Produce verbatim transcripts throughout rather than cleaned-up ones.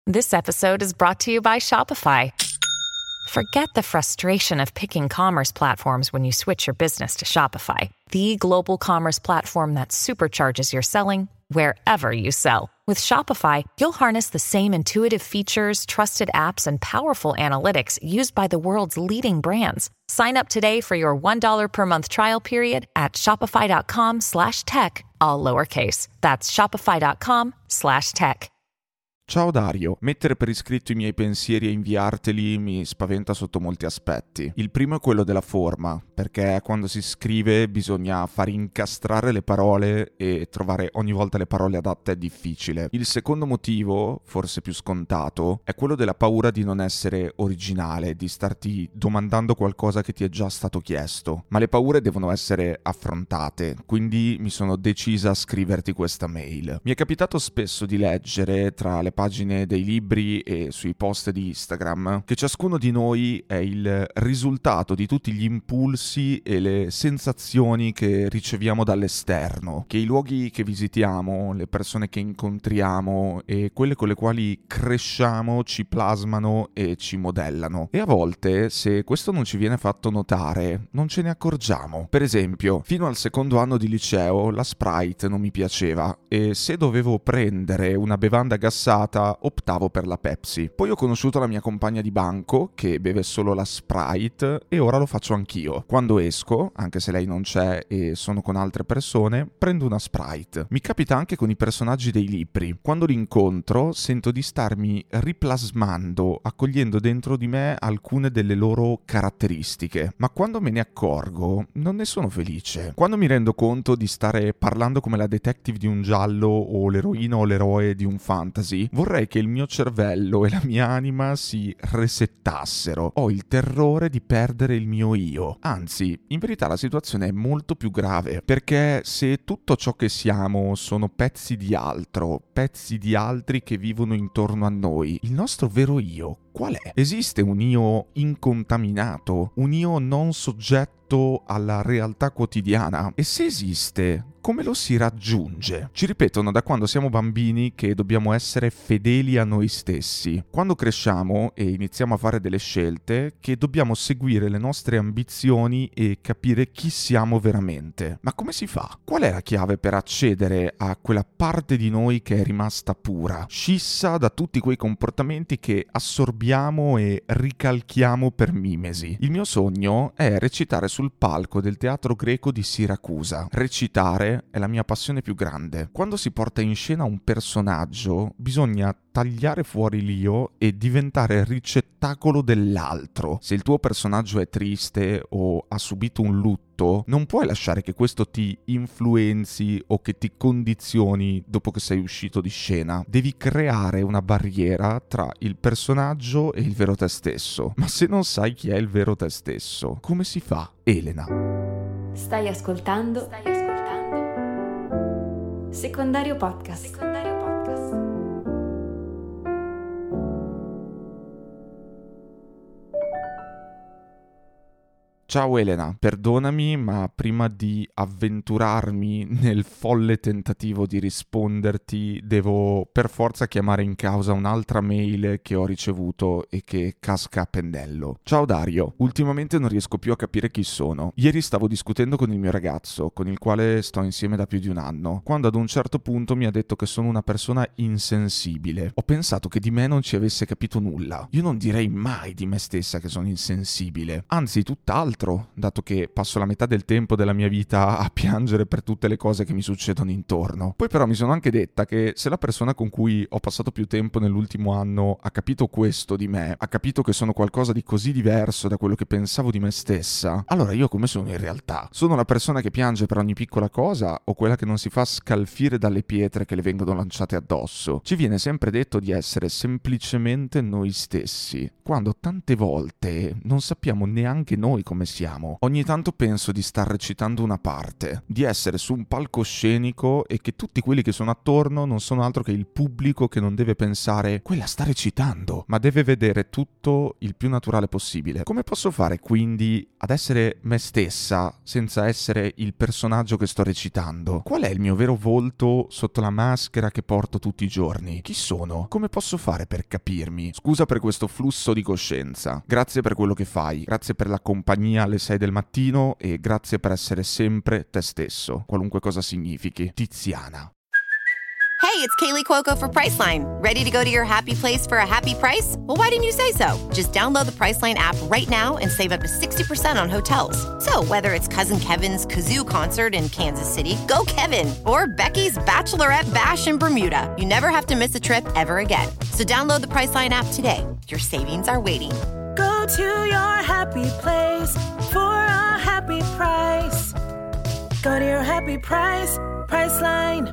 This episode is brought to you by Shopify. Forget the frustration of picking commerce platforms when you switch your business to Shopify, the global commerce platform that supercharges your selling wherever you sell. With Shopify, you'll harness the same intuitive features, trusted apps, and powerful analytics used by the world's leading brands. Sign up today for your one dollar per month trial period at shopify.com slash tech, all lowercase. That's shopify.com slash tech. Ciao Dario, mettere per iscritto i miei pensieri e inviarteli mi spaventa sotto molti aspetti. Il primo è quello della forma, perché quando si scrive bisogna far incastrare le parole e trovare ogni volta le parole adatte è difficile. Il secondo motivo, forse più scontato, è quello della paura di non essere originale, di starti domandando qualcosa che ti è già stato chiesto. Ma le paure devono essere affrontate, quindi mi sono decisa a scriverti questa mail. Mi è capitato spesso di leggere tra le pagine dei libri e sui post di Instagram che ciascuno di noi è il risultato di tutti gli impulsi e le sensazioni che riceviamo dall'esterno, che i luoghi che visitiamo, le persone che incontriamo e quelle con le quali cresciamo ci plasmano e ci modellano. E a volte, se questo non ci viene fatto notare, non ce ne accorgiamo. Per esempio, fino al secondo anno di liceo la Sprite non mi piaceva e se dovevo prendere una bevanda gassata optavo per la Pepsi. Poi ho conosciuto la mia compagna di banco che beve solo la Sprite e ora lo faccio anch'io. Quando esco, anche se lei non c'è e sono con altre persone, prendo una Sprite. Mi capita anche con i personaggi dei libri. Quando li incontro sento di starmi riplasmando, accogliendo dentro di me alcune delle loro caratteristiche. Ma quando me ne accorgo, non ne sono felice. Quando mi rendo conto di stare parlando come la detective di un giallo o l'eroina o l'eroe di un fantasy, vorrei che il mio cervello e la mia anima si resettassero. Ho il terrore di perdere il mio io. Anzi, in verità la situazione è molto più grave, perché se tutto ciò che siamo sono pezzi di altro, pezzi di altri che vivono intorno a noi, il nostro vero io qual è? Esiste un io incontaminato, un io non soggetto alla realtà quotidiana? E se esiste, come lo si raggiunge? Ci ripetono da quando siamo bambini che dobbiamo essere fedeli a noi stessi. Quando cresciamo e iniziamo a fare delle scelte, che dobbiamo seguire le nostre ambizioni e capire chi siamo veramente. Ma come si fa? Qual è la chiave per accedere a quella parte di noi che è rimasta pura, scissa da tutti quei comportamenti che assorbiamo e ricalchiamo per mimesi? Il mio sogno è recitare sul palco del teatro greco di Siracusa. Recitare è la mia passione più grande. Quando si porta in scena un personaggio, bisogna tagliare fuori l'io e diventare ricettacolo dell'altro. Se il tuo personaggio è triste o ha subito un lutto, non puoi lasciare che questo ti influenzi o che ti condizioni dopo che sei uscito di scena. Devi creare una barriera tra il personaggio e il vero te stesso. Ma se non sai chi è il vero te stesso, come si fa? Elena. Stai ascoltando? Stai ascoltando? Secondario Podcast. Secondario Podcast. Ciao Elena, perdonami, ma prima di avventurarmi nel folle tentativo di risponderti, devo per forza chiamare in causa un'altra mail che ho ricevuto e che casca a pennello. Ciao Dario, ultimamente non riesco più a capire chi sono. Ieri stavo discutendo con il mio ragazzo, con il quale sto insieme da più di un anno, quando ad un certo punto mi ha detto che sono una persona insensibile. Ho pensato che di me non ci avesse capito nulla. Io non direi mai di me stessa che sono insensibile, anzi tutt'altro, dato che passo la metà del tempo della mia vita a piangere per tutte le cose che mi succedono intorno. Poi però mi sono anche detta che se la persona con cui ho passato più tempo nell'ultimo anno ha capito questo di me, ha capito che sono qualcosa di così diverso da quello che pensavo di me stessa, allora io come sono in realtà? Sono la persona che piange per ogni piccola cosa o quella che non si fa scalfire dalle pietre che le vengono lanciate addosso? Ci viene sempre detto di essere semplicemente noi stessi. quando tante volte non sappiamo neanche noi come siamo. Ogni tanto penso di star recitando una parte, di essere su un palcoscenico e che tutti quelli che sono attorno non sono altro che il pubblico che non deve pensare quella sta recitando, ma deve vedere tutto il più naturale possibile. Come posso fare quindi ad essere me stessa senza essere il personaggio che sto recitando? Qual è il mio vero volto sotto la maschera che porto tutti i giorni? Chi sono? Come posso fare per capirmi? Scusa per questo flusso di coscienza. Grazie per quello che fai, grazie per la compagnia alle sei del mattino e grazie per essere sempre te stesso, qualunque cosa significhi. Tiziana. Hey, it's Kaylee Cuoco for Priceline. Ready to go to your happy place for a happy price? Well, why didn't you say so? Just download the Priceline app right now and save up to sixty percent on hotels. So whether it's Cousin Kevin's Kazoo Concert in Kansas City, go Kevin, or Becky's Bachelorette Bash in Bermuda, you never have to miss a trip ever again. So download the Priceline app today. Your savings are waiting. Go to your happy place for a happy price. Go to your happy price, Priceline.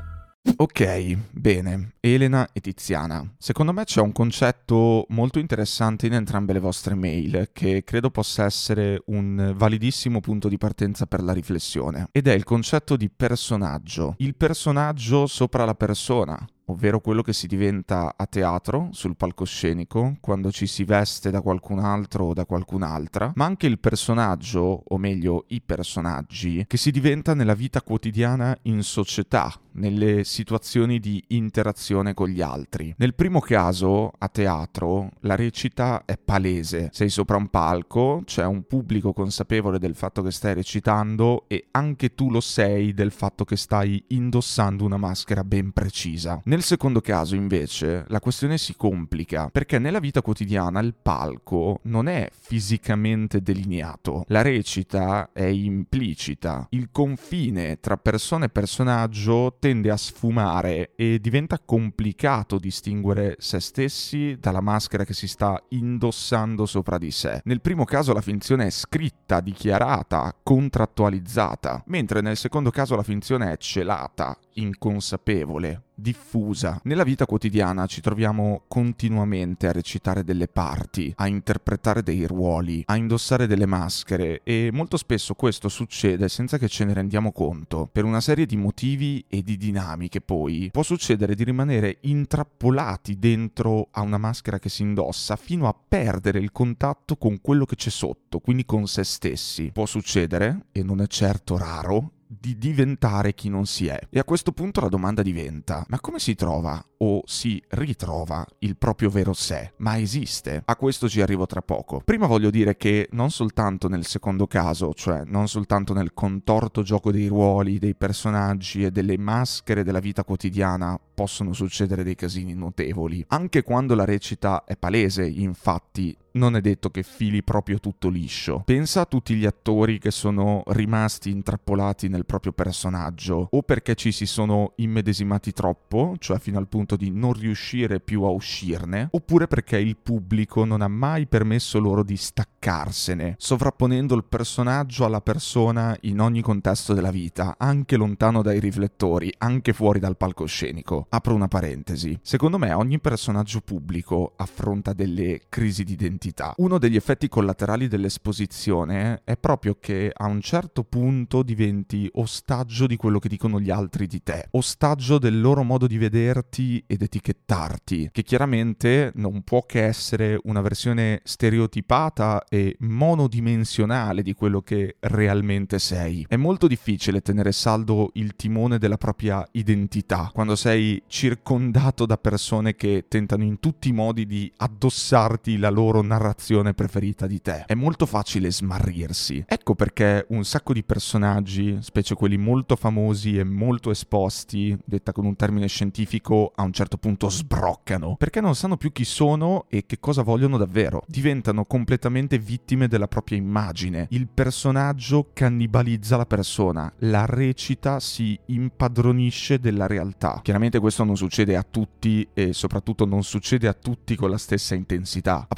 Ok, bene, Elena e Tiziana. Secondo me c'è un concetto molto interessante in entrambe le vostre mail che credo possa essere un validissimo punto di partenza per la riflessione, ed è il concetto di personaggio. Il personaggio sopra la persona, ovvero quello che si diventa a teatro, sul palcoscenico, quando ci si veste da qualcun altro o da qualcun'altra, ma anche il personaggio, o meglio i personaggi, che si diventa nella vita quotidiana in società, nelle situazioni di interazione con gli altri. Nel primo caso, a teatro, la recita è palese. Sei sopra un palco, c'è un pubblico consapevole del fatto che stai recitando e anche tu lo sei del fatto che stai indossando una maschera ben precisa. Nel secondo caso, invece, la questione si complica, perché nella vita quotidiana il palco non è fisicamente delineato. La recita è implicita. Il confine tra persona e personaggio tende a sfumare e diventa complicato distinguere se stessi dalla maschera che si sta indossando sopra di sé. Nel primo caso la finzione è scritta, dichiarata, contrattualizzata, mentre nel secondo caso la finzione è celata, inconsapevole, diffusa. Nella vita quotidiana ci troviamo continuamente a recitare delle parti, a interpretare dei ruoli, a indossare delle maschere e molto spesso questo succede senza che ce ne rendiamo conto. Per una serie di motivi e di dinamiche poi può succedere di rimanere intrappolati dentro a una maschera che si indossa fino a perdere il contatto con quello che c'è sotto, quindi con se stessi. Può succedere, e non è certo raro, di diventare chi non si è. E a questo punto la domanda diventa: ma come si trova o si ritrova il proprio vero sé? Ma esiste? A questo ci arrivo tra poco. Prima voglio dire che non soltanto nel secondo caso, cioè non soltanto nel contorto gioco dei ruoli, dei personaggi e delle maschere della vita quotidiana possono succedere dei casini notevoli. Anche quando la recita è palese, infatti, non è detto che fili proprio tutto liscio. Pensa a tutti gli attori che sono rimasti intrappolati nel proprio personaggio, o perché ci si sono immedesimati troppo, cioè fino al punto di non riuscire più a uscirne, oppure perché il pubblico non ha mai permesso loro di staccarsene, sovrapponendo il personaggio alla persona in ogni contesto della vita, anche lontano dai riflettori, anche fuori dal palcoscenico. Apro una parentesi. Secondo me ogni personaggio pubblico affronta delle crisi di identità. Uno degli effetti collaterali dell'esposizione è proprio che a un certo punto diventi ostaggio di quello che dicono gli altri di te, ostaggio del loro modo di vederti ed etichettarti, che chiaramente non può che essere una versione stereotipata e monodimensionale di quello che realmente sei. È molto difficile tenere saldo il timone della propria identità quando sei circondato da persone che tentano in tutti i modi di addossarti la loro narrazione preferita di te. È molto facile smarrirsi. Ecco perché un sacco di personaggi, specie quelli molto famosi e molto esposti, detta con un termine scientifico, a un certo punto sbroccano, perché non sanno più chi sono e che cosa vogliono davvero. Diventano completamente vittime della propria immagine. Il personaggio cannibalizza la persona, la recita si impadronisce della realtà. Chiaramente questo non succede a tutti e soprattutto non succede a tutti con la stessa intensità. A proposito di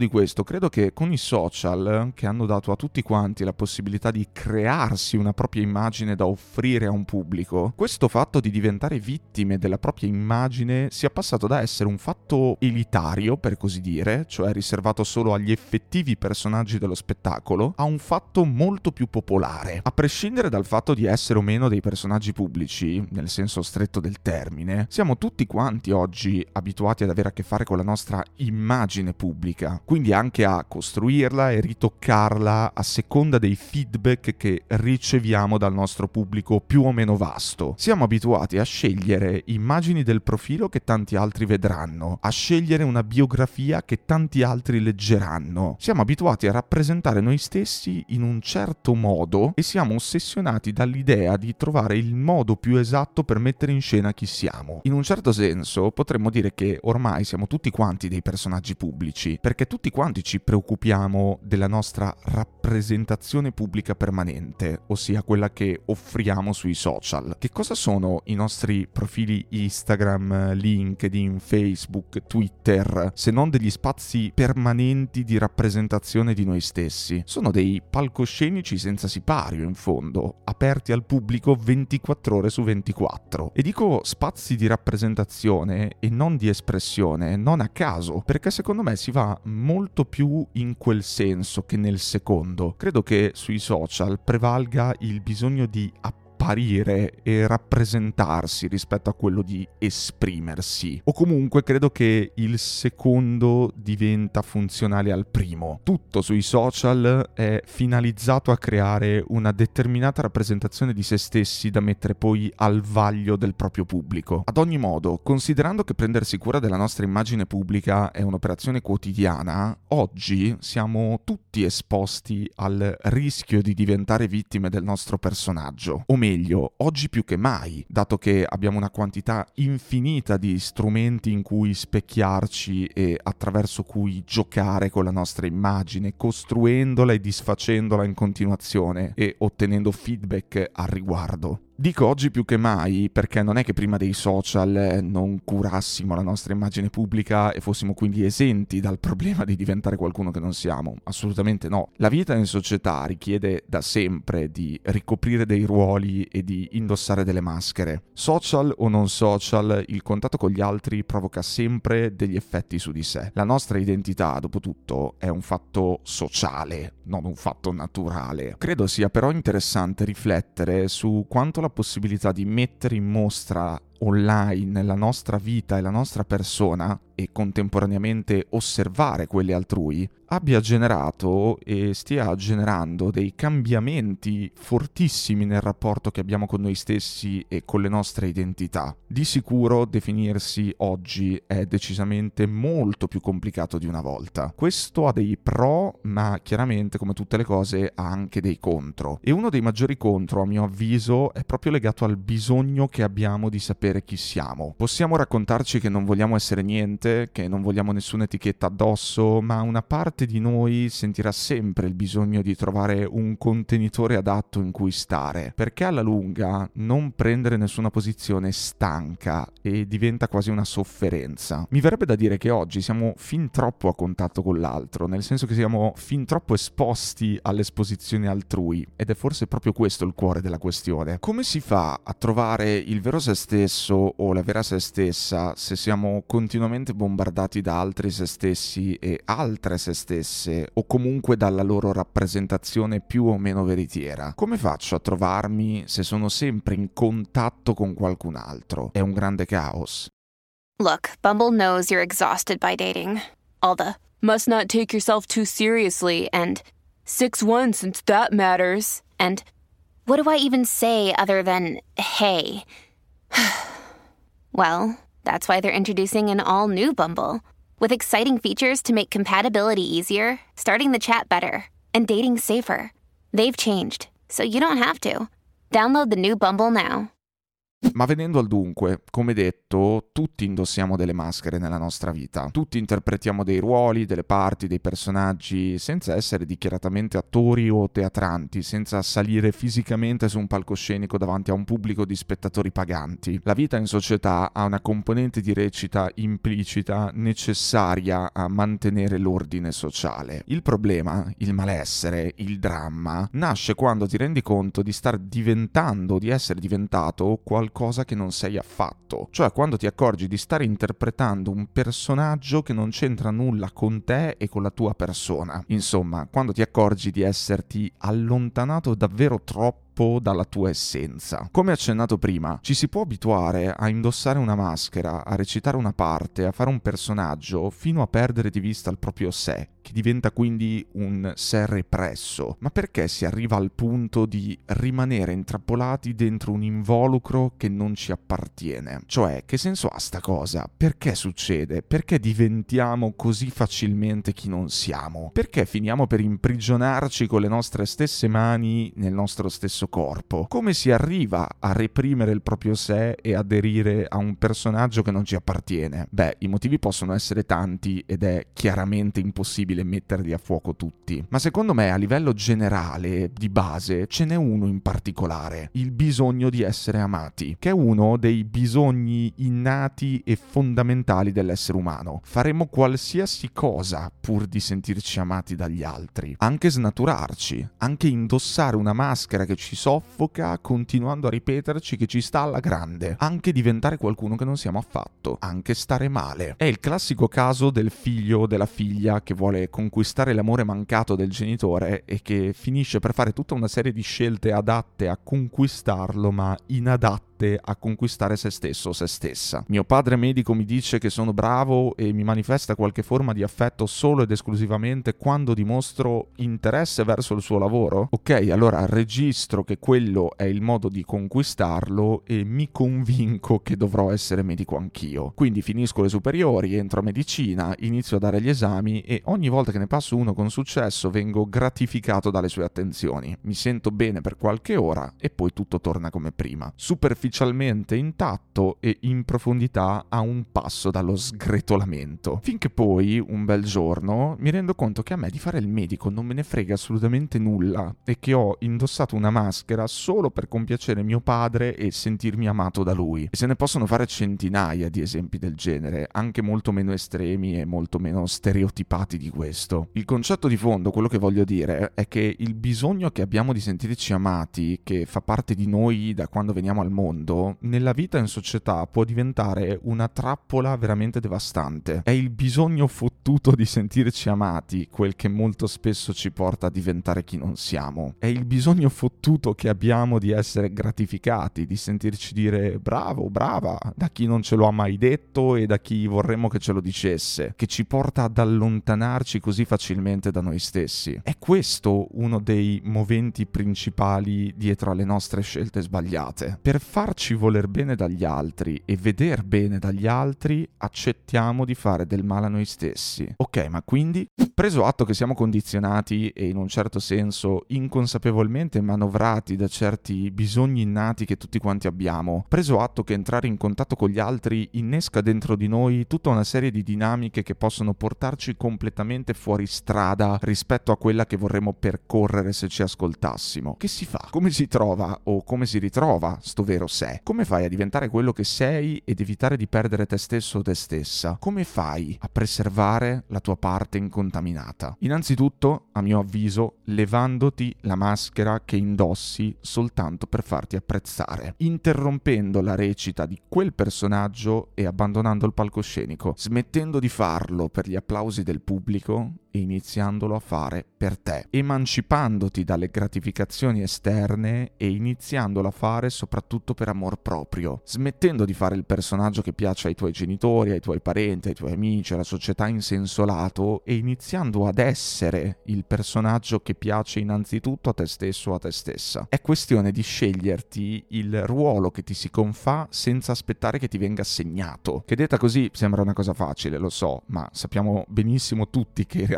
di questo, credo che con i social, che hanno dato a tutti quanti la possibilità di crearsi una propria immagine da offrire a un pubblico, questo fatto di diventare vittime della propria immagine sia passato da essere un fatto elitario, per così dire, cioè riservato solo agli effettivi personaggi dello spettacolo, a un fatto molto più popolare. A prescindere dal fatto di essere o meno dei personaggi pubblici, nel senso stretto del termine, siamo tutti quanti oggi abituati ad avere a che fare con la nostra immagine pubblica, quindi anche a costruirla e ritoccarla a seconda dei feedback che riceviamo dal nostro pubblico più o meno vasto. Siamo abituati a scegliere immagini del profilo che tanti altri vedranno, a scegliere una biografia che tanti altri leggeranno. Siamo abituati a rappresentare noi stessi in un certo modo e siamo ossessionati dall'idea di trovare il modo più esatto per mettere in scena chi siamo. In un certo senso potremmo dire che ormai siamo tutti quanti dei personaggi pubblici, perché tutti quanti ci preoccupiamo della nostra rappresentazione pubblica permanente, ossia quella che offriamo sui social. Che cosa sono i nostri profili Instagram, LinkedIn, Facebook, Twitter, se non degli spazi permanenti di rappresentazione di noi stessi? Sono dei palcoscenici senza sipario, in fondo, aperti al pubblico ventiquattro ore su ventiquattro. E dico spazi di rappresentazione e non di espressione, non a caso, perché secondo me si va molto più in quel senso che nel secondo. Credo che sui social prevalga il bisogno di apparire e rappresentarsi rispetto a quello di esprimersi, o comunque credo che il secondo diventa funzionale al primo. Tutto sui social è finalizzato a creare una determinata rappresentazione di se stessi da mettere poi al vaglio del proprio pubblico. Ad ogni modo, considerando che prendersi cura della nostra immagine pubblica è un'operazione quotidiana, oggi siamo tutti esposti al rischio di diventare vittime del nostro personaggio, o meglio, meglio, oggi più che mai, dato che abbiamo una quantità infinita di strumenti in cui specchiarci e attraverso cui giocare con la nostra immagine, costruendola e disfacendola in continuazione e ottenendo feedback al riguardo. Dico oggi più che mai perché non è che prima dei social non curassimo la nostra immagine pubblica e fossimo quindi esenti dal problema di diventare qualcuno che non siamo. Assolutamente no. La vita in società richiede da sempre di ricoprire dei ruoli e di indossare delle maschere. Social o non social, il contatto con gli altri provoca sempre degli effetti su di sé. La nostra identità, dopo tutto, è un fatto sociale, non un fatto naturale. Credo sia però interessante riflettere su quanto la possibilità di mettere in mostra online la nostra vita e la nostra persona e contemporaneamente osservare quelle altrui abbia generato e stia generando dei cambiamenti fortissimi nel rapporto che abbiamo con noi stessi e con le nostre identità. Di sicuro definirsi oggi è decisamente molto più complicato di una volta. Questo ha dei pro, ma chiaramente, come tutte le cose, ha anche dei contro. E uno dei maggiori contro, a mio avviso, è proprio legato al bisogno che abbiamo di sapere chi siamo. Possiamo raccontarci che non vogliamo essere niente, che non vogliamo nessuna etichetta addosso, ma una parte di noi sentirà sempre il bisogno di trovare un contenitore adatto in cui stare, perché alla lunga non prendere nessuna posizione stanca e diventa quasi una sofferenza. Mi verrebbe da dire che oggi siamo fin troppo a contatto con l'altro, nel senso che siamo fin troppo esposti all'esposizione altrui, ed è forse proprio questo il cuore della questione. Come si fa a trovare il vero se stesso o la vera se stessa se siamo continuamente bombardati da altri se stessi e altre se stesse, o comunque dalla loro rappresentazione più o meno veritiera? Come faccio a trovarmi se sono sempre in contatto con qualcun altro? È un grande caos. Look, Bumble knows you're exhausted by dating. All the must not take yourself too seriously and six one since that matters. And what do I even say other than hey? Well, that's why they're introducing an all-new Bumble. With exciting features to make compatibility easier, starting the chat better, and dating safer. They've changed, so you don't have to. Download the new Bumble now. Ma venendo al dunque, come detto, tutti indossiamo delle maschere nella nostra vita, tutti interpretiamo dei ruoli, delle parti, dei personaggi, senza essere dichiaratamente attori o teatranti, senza salire fisicamente su un palcoscenico davanti a un pubblico di spettatori paganti. La vita in società ha una componente di recita implicita necessaria a mantenere l'ordine sociale. Il problema, il malessere, il dramma, nasce quando ti rendi conto di star diventando, di essere diventato qualcosa che non sei affatto. Cioè quando ti accorgi di stare interpretando un personaggio che non c'entra nulla con te e con la tua persona. Insomma, quando ti accorgi di esserti allontanato davvero troppo dalla tua essenza. Come accennato prima, ci si può abituare a indossare una maschera, a recitare una parte, a fare un personaggio, fino a perdere di vista il proprio sé, che diventa quindi un sé represso. Ma perché si arriva al punto di rimanere intrappolati dentro un involucro che non ci appartiene? Cioè, che senso ha sta cosa? Perché succede? Perché diventiamo così facilmente chi non siamo? Perché finiamo per imprigionarci con le nostre stesse mani nel nostro stesso corpo? Come si arriva a reprimere il proprio sé e aderire a un personaggio che non ci appartiene? Beh, i motivi possono essere tanti ed è chiaramente impossibile metterli a fuoco tutti. Ma secondo me a livello generale, di base, ce n'è uno in particolare: il bisogno di essere amati, che è uno dei bisogni innati e fondamentali dell'essere umano. Faremo qualsiasi cosa pur di sentirci amati dagli altri, anche snaturarci, anche indossare una maschera che ci soffoca continuando a ripeterci che ci sta alla grande, anche diventare qualcuno che non siamo affatto, anche stare male. È il classico caso del figlio o della figlia che vuole conquistare l'amore mancato del genitore e che finisce per fare tutta una serie di scelte adatte a conquistarlo ma inadatte a conquistare se stesso o se stessa. Mio padre medico mi dice che sono bravo e mi manifesta qualche forma di affetto solo ed esclusivamente quando dimostro interesse verso il suo lavoro? Ok, allora registro che quello è il modo di conquistarlo e mi convinco che dovrò essere medico anch'io. Quindi finisco le superiori, entro a medicina, inizio a dare gli esami e ogni volta che ne passo uno con successo vengo gratificato dalle sue attenzioni. Mi sento bene per qualche ora e poi tutto torna come prima. Superficialmente intatto e in profondità a un passo dallo sgretolamento. Finché poi, un bel giorno, mi rendo conto che a me di fare il medico non me ne frega assolutamente nulla e che ho indossato una maschera solo per compiacere mio padre e sentirmi amato da lui. E se ne possono fare centinaia di esempi del genere, anche molto meno estremi e molto meno stereotipati di questo. Il concetto di fondo, quello che voglio dire, è che il bisogno che abbiamo di sentirci amati, che fa parte di noi da quando veniamo al mondo, nella vita in società può diventare una trappola veramente devastante. È il bisogno fottuto di sentirci amati quel che molto spesso ci porta a diventare chi non siamo. È il bisogno fottuto che abbiamo di essere gratificati, di sentirci dire bravo, brava, da chi non ce lo ha mai detto e da chi vorremmo che ce lo dicesse, che ci porta ad allontanarci così facilmente da noi stessi. È questo uno dei moventi principali dietro alle nostre scelte sbagliate. Per farci voler bene dagli altri e veder bene dagli altri, accettiamo di fare del male a noi stessi. Ok, ma quindi, preso atto che siamo condizionati e in un certo senso inconsapevolmente manovrati da certi bisogni innati che tutti quanti abbiamo, preso atto che entrare in contatto con gli altri innesca dentro di noi tutta una serie di dinamiche che possono portarci completamente fuori strada rispetto a quella che vorremmo percorrere se ci ascoltassimo, che si fa? Come si trova o come si ritrova sto vero sé? Come fai a diventare quello che sei ed evitare di perdere te stesso o te stessa? Come fai a preservare la tua parte incontaminata? Innanzitutto, a mio avviso, levandoti la maschera che indossi soltanto per farti apprezzare, interrompendo la recita di quel personaggio e abbandonando il palcoscenico, smettendo di farlo per gli applausi del pubblico e iniziandolo a fare per te, emancipandoti dalle gratificazioni esterne e iniziandolo a fare soprattutto per amor proprio, smettendo di fare il personaggio che piace ai tuoi genitori, ai tuoi parenti, ai tuoi amici, alla società in senso lato e iniziando ad essere il personaggio che piace innanzitutto a te stesso o a te stessa. È questione di sceglierti il ruolo che ti si confà senza aspettare che ti venga assegnato, che detta così sembra una cosa facile, lo so, ma sappiamo benissimo tutti che in realtà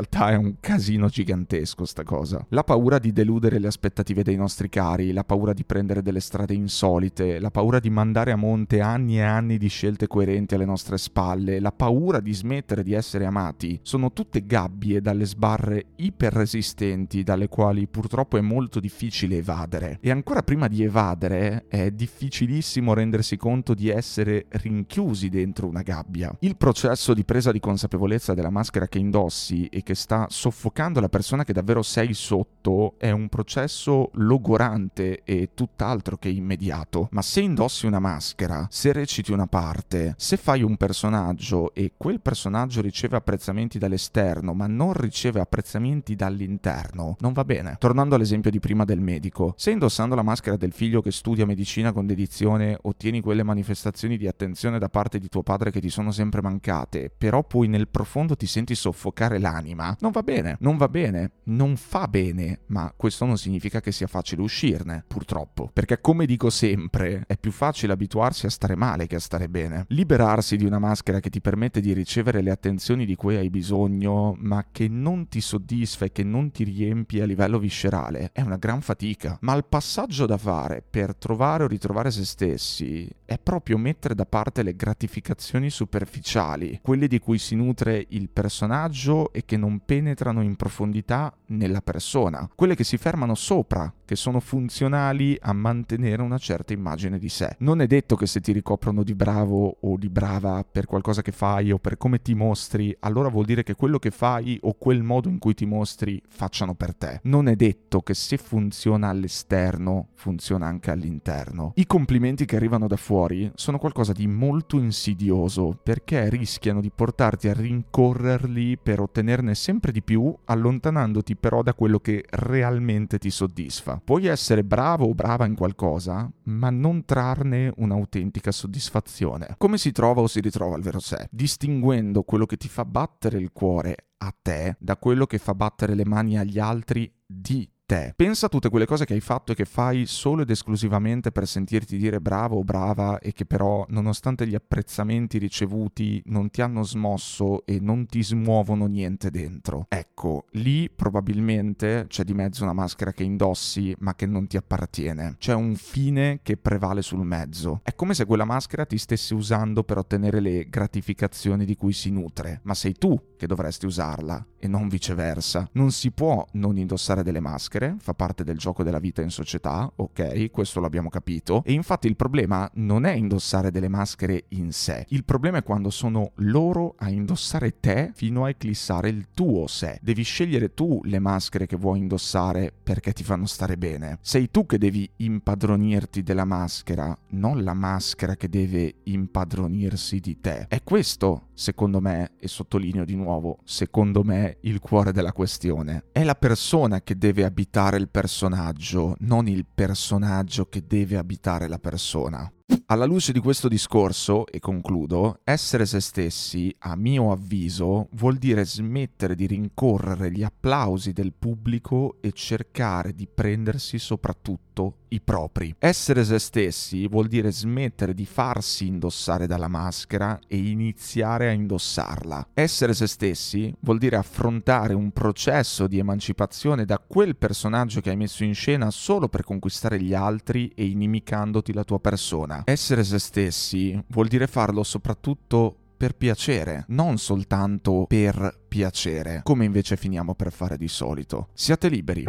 realtà è un casino gigantesco sta cosa. La paura di deludere le aspettative dei nostri cari, la paura di prendere delle strade insolite, la paura di mandare a monte anni e anni di scelte coerenti alle nostre spalle, la paura di smettere di essere amati, sono tutte gabbie dalle sbarre iperresistenti dalle quali purtroppo è molto difficile evadere. E ancora prima di evadere è difficilissimo rendersi conto di essere rinchiusi dentro una gabbia. Il processo di presa di consapevolezza della maschera che indossi e che sta soffocando la persona che davvero sei sotto è un processo logorante e tutt'altro che immediato. Ma se indossi una maschera, se reciti una parte, se fai un personaggio e quel personaggio riceve apprezzamenti dall'esterno ma non riceve apprezzamenti dall'interno, non va bene. Tornando all'esempio di prima del medico, se indossando la maschera del figlio che studia medicina con dedizione ottieni quelle manifestazioni di attenzione da parte di tuo padre che ti sono sempre mancate, però poi nel profondo ti senti soffocare l'anima, non va bene, non va bene, non fa bene, ma questo non significa che sia facile uscirne, purtroppo, perché come dico sempre, è più facile abituarsi a stare male che a stare bene. Liberarsi di una maschera che ti permette di ricevere le attenzioni di cui hai bisogno, ma che non ti soddisfa e che non ti riempie a livello viscerale, è una gran fatica, ma il passaggio da fare per trovare o ritrovare se stessi è proprio mettere da parte le gratificazioni superficiali, quelle di cui si nutre il personaggio e che non penetrano in profondità nella persona, quelle che si fermano sopra, che sono funzionali a mantenere una certa immagine di sé. Non è detto che se ti ricoprono di bravo o di brava per qualcosa che fai o per come ti mostri, allora vuol dire che quello che fai o quel modo in cui ti mostri facciano per te. Non è detto che se funziona all'esterno, funziona anche all'interno. I complimenti che arrivano da fuori sono qualcosa di molto insidioso, perché rischiano di portarti a rincorrerli per ottenerne sempre di più, allontanandoti però da quello che realmente ti soddisfa. Puoi essere bravo o brava in qualcosa, ma non trarne un'autentica soddisfazione. Come si trova o si ritrova il vero sé? Distinguendo quello che ti fa battere il cuore a te da quello che fa battere le mani agli altri di te. Pensa a tutte quelle cose che hai fatto e che fai solo ed esclusivamente per sentirti dire bravo o brava e che però, nonostante gli apprezzamenti ricevuti, non ti hanno smosso e non ti smuovono niente dentro. Ecco, lì probabilmente c'è di mezzo una maschera che indossi ma che non ti appartiene. C'è un fine che prevale sul mezzo. È come se quella maschera ti stesse usando per ottenere le gratificazioni di cui si nutre, ma sei tu che dovresti usarla e non viceversa. Non si può non indossare delle maschere, fa parte del gioco della vita in società, ok, questo l'abbiamo capito, e infatti il problema non è indossare delle maschere in sé, il problema è quando sono loro a indossare te fino a eclissare il tuo sé. Devi scegliere tu le maschere che vuoi indossare perché ti fanno stare bene. Sei tu che devi impadronirti della maschera, non la maschera che deve impadronirsi di te. È questo, secondo me, e sottolineo di nuovo, secondo me, il cuore della questione. È la persona che deve abitare il personaggio, non il personaggio che deve abitare la persona. Alla luce di questo discorso, e concludo, essere se stessi, a mio avviso, vuol dire smettere di rincorrere gli applausi del pubblico e cercare di prendersi soprattutto i propri. Essere se stessi vuol dire smettere di farsi indossare dalla maschera e iniziare a indossarla. Essere se stessi vuol dire affrontare un processo di emancipazione da quel personaggio che hai messo in scena solo per conquistare gli altri e inimicandoti la tua persona. Essere se stessi vuol dire farlo soprattutto per piacere, non soltanto per piacere, come invece finiamo per fare di solito. Siate liberi.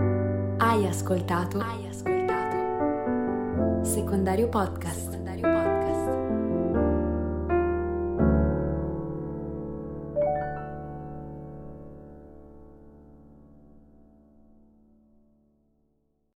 Hai ascoltato? Hai ascoltato? Secondario Podcast. Secondario Podcast.